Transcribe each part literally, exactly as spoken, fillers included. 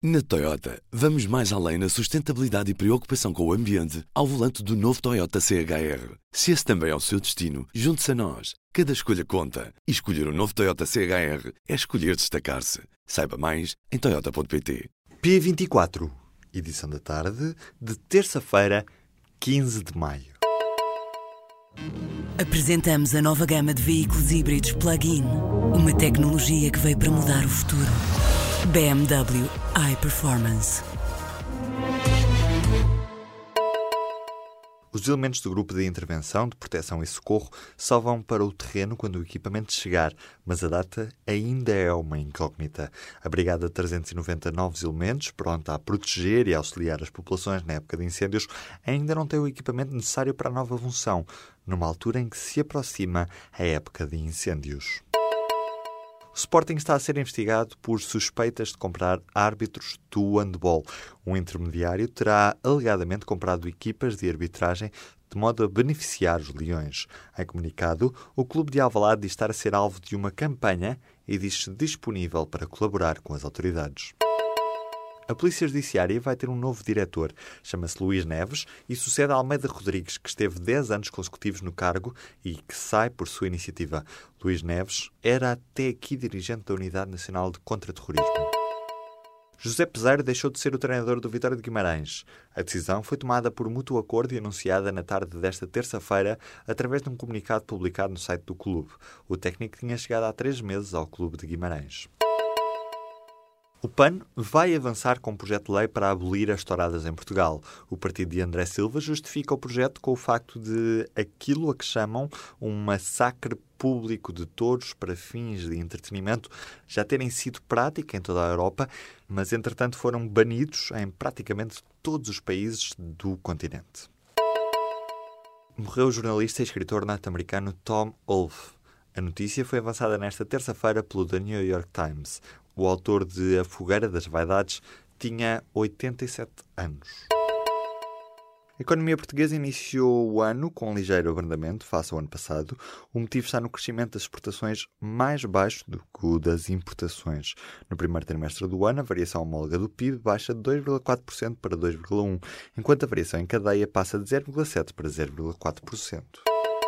Na Toyota, vamos mais além na sustentabilidade e preocupação com o ambiente ao volante do novo Toyota C H R. Se esse também é o seu destino, junte-se a nós. Cada escolha conta. E escolher o novo Toyota C H R é escolher destacar-se. Saiba mais em toyota ponto pt. P vinte e quatro, edição da tarde de terça-feira, quinze de maio. Apresentamos a nova gama de veículos híbridos plug-in. Uma tecnologia que veio para mudar o futuro. B M W iPerformance. Os elementos do grupo de intervenção, de proteção e socorro só vão para o terreno quando o equipamento chegar, mas a data ainda é uma incógnita. A Brigada trezentos e noventa novos elementos, pronta a proteger e auxiliar as populações na época de incêndios, ainda não tem o equipamento necessário para a nova função, numa altura em que se aproxima a época de incêndios. O Sporting está a ser investigado por suspeitas de comprar árbitros do handball. Um intermediário terá alegadamente comprado equipas de arbitragem de modo a beneficiar os leões. Em comunicado, o clube de Alvalade diz estar a ser alvo de uma campanha e diz-se disponível para colaborar com as autoridades. A Polícia Judiciária vai ter um novo diretor. Chama-se Luís Neves e sucede a Almeida Rodrigues, que esteve dez anos consecutivos no cargo e que sai por sua iniciativa. Luís Neves era até aqui dirigente da Unidade Nacional de Contra-Terrorismo. José Peseiro deixou de ser o treinador do Vitória de Guimarães. A decisão foi tomada por mútuo acordo e anunciada na tarde desta terça-feira através de um comunicado publicado no site do clube. O técnico tinha chegado há três meses ao clube de Guimarães. O P A N vai avançar com um projeto de lei para abolir as touradas em Portugal. O partido de André Silva justifica o projeto com o facto de aquilo a que chamam um massacre público de touros para fins de entretenimento já terem sido prática em toda a Europa, mas entretanto foram banidos em praticamente todos os países do continente. Morreu o jornalista e escritor norte-americano Tom Wolfe. A notícia foi avançada nesta terça-feira pelo The New York Times. O autor de A Fogueira das Vaidades tinha oitenta e sete anos. A economia portuguesa iniciou o ano com um ligeiro abrandamento face ao ano passado. O motivo está no crescimento das exportações mais baixo do que o das importações. No primeiro trimestre do ano, a variação homóloga do P I B baixa de dois vírgula quatro por cento para dois vírgula um por cento, enquanto a variação em cadeia passa de zero vírgula sete por cento para zero vírgula quatro por cento.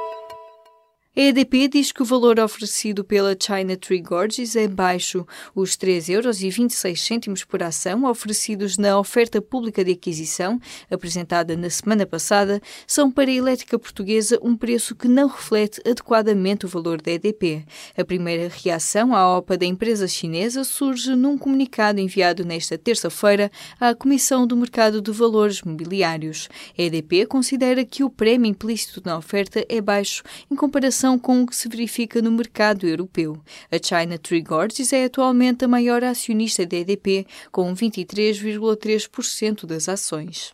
A E D P diz que o valor oferecido pela China Tree Gorges é baixo. Os três euros e vinte e seis cêntimos por ação oferecidos na oferta pública de aquisição, apresentada na semana passada, são para a elétrica portuguesa um preço que não reflete adequadamente o valor da E D P. A primeira reação à O P A da empresa chinesa surge num comunicado enviado nesta terça-feira à Comissão do Mercado de Valores Mobiliários. A E D P considera que o prémio implícito na oferta é baixo em comparação com o que se verifica no mercado europeu. A China Tree Gorges é atualmente a maior acionista da E D P, com vinte e três vírgula três por cento das ações.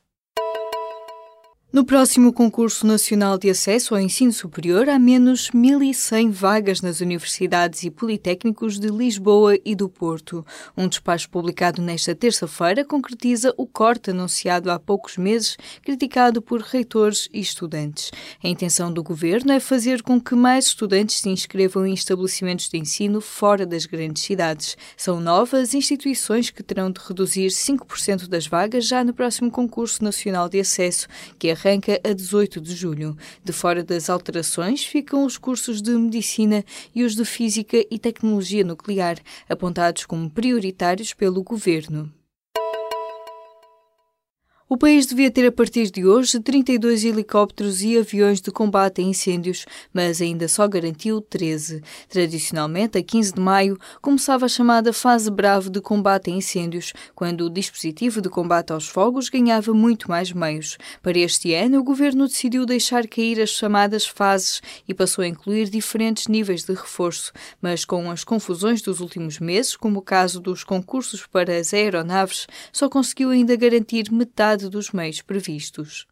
No próximo concurso nacional de acesso ao ensino superior, há menos mil e cem vagas nas universidades e politécnicos de Lisboa e do Porto. Um despacho publicado nesta terça-feira concretiza o corte anunciado há poucos meses, criticado por reitores e estudantes. A intenção do governo é fazer com que mais estudantes se inscrevam em estabelecimentos de ensino fora das grandes cidades. São novas instituições que terão de reduzir cinco por cento das vagas já no próximo concurso nacional de acesso, que é arranca a dezoito de julho. De fora das alterações ficam os cursos de Medicina e os de Física e Tecnologia Nuclear, apontados como prioritários pelo Governo. O país devia ter a partir de hoje trinta e dois helicópteros e aviões de combate a incêndios, mas ainda só garantiu treze. Tradicionalmente, a quinze de maio, começava a chamada fase brava de combate a incêndios, quando o dispositivo de combate aos fogos ganhava muito mais meios. Para este ano, o governo decidiu deixar cair as chamadas fases e passou a incluir diferentes níveis de reforço, mas com as confusões dos últimos meses, como o caso dos concursos para as aeronaves, só conseguiu ainda garantir metade dos meios previstos.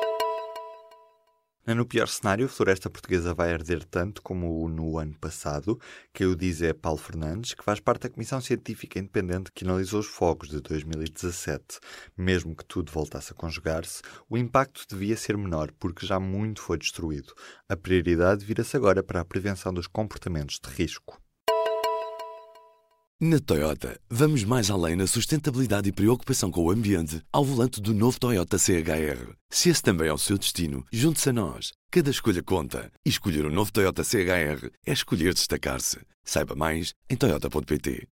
No pior cenário, a floresta portuguesa vai arder tanto como no ano passado, que o diz é Paulo Fernandes, que faz parte da Comissão Científica Independente que analisou os fogos de dois mil e dezassete. Mesmo que tudo voltasse a conjugar-se, o impacto devia ser menor, porque já muito foi destruído. A prioridade vira-se agora para a prevenção dos comportamentos de risco. Na Toyota, vamos mais além na sustentabilidade e preocupação com o ambiente ao volante do novo Toyota C H R. Se esse também é o seu destino, junte-se a nós. Cada escolha conta. E escolher o novo Toyota C H R é escolher destacar-se. Saiba mais em toyota ponto pt.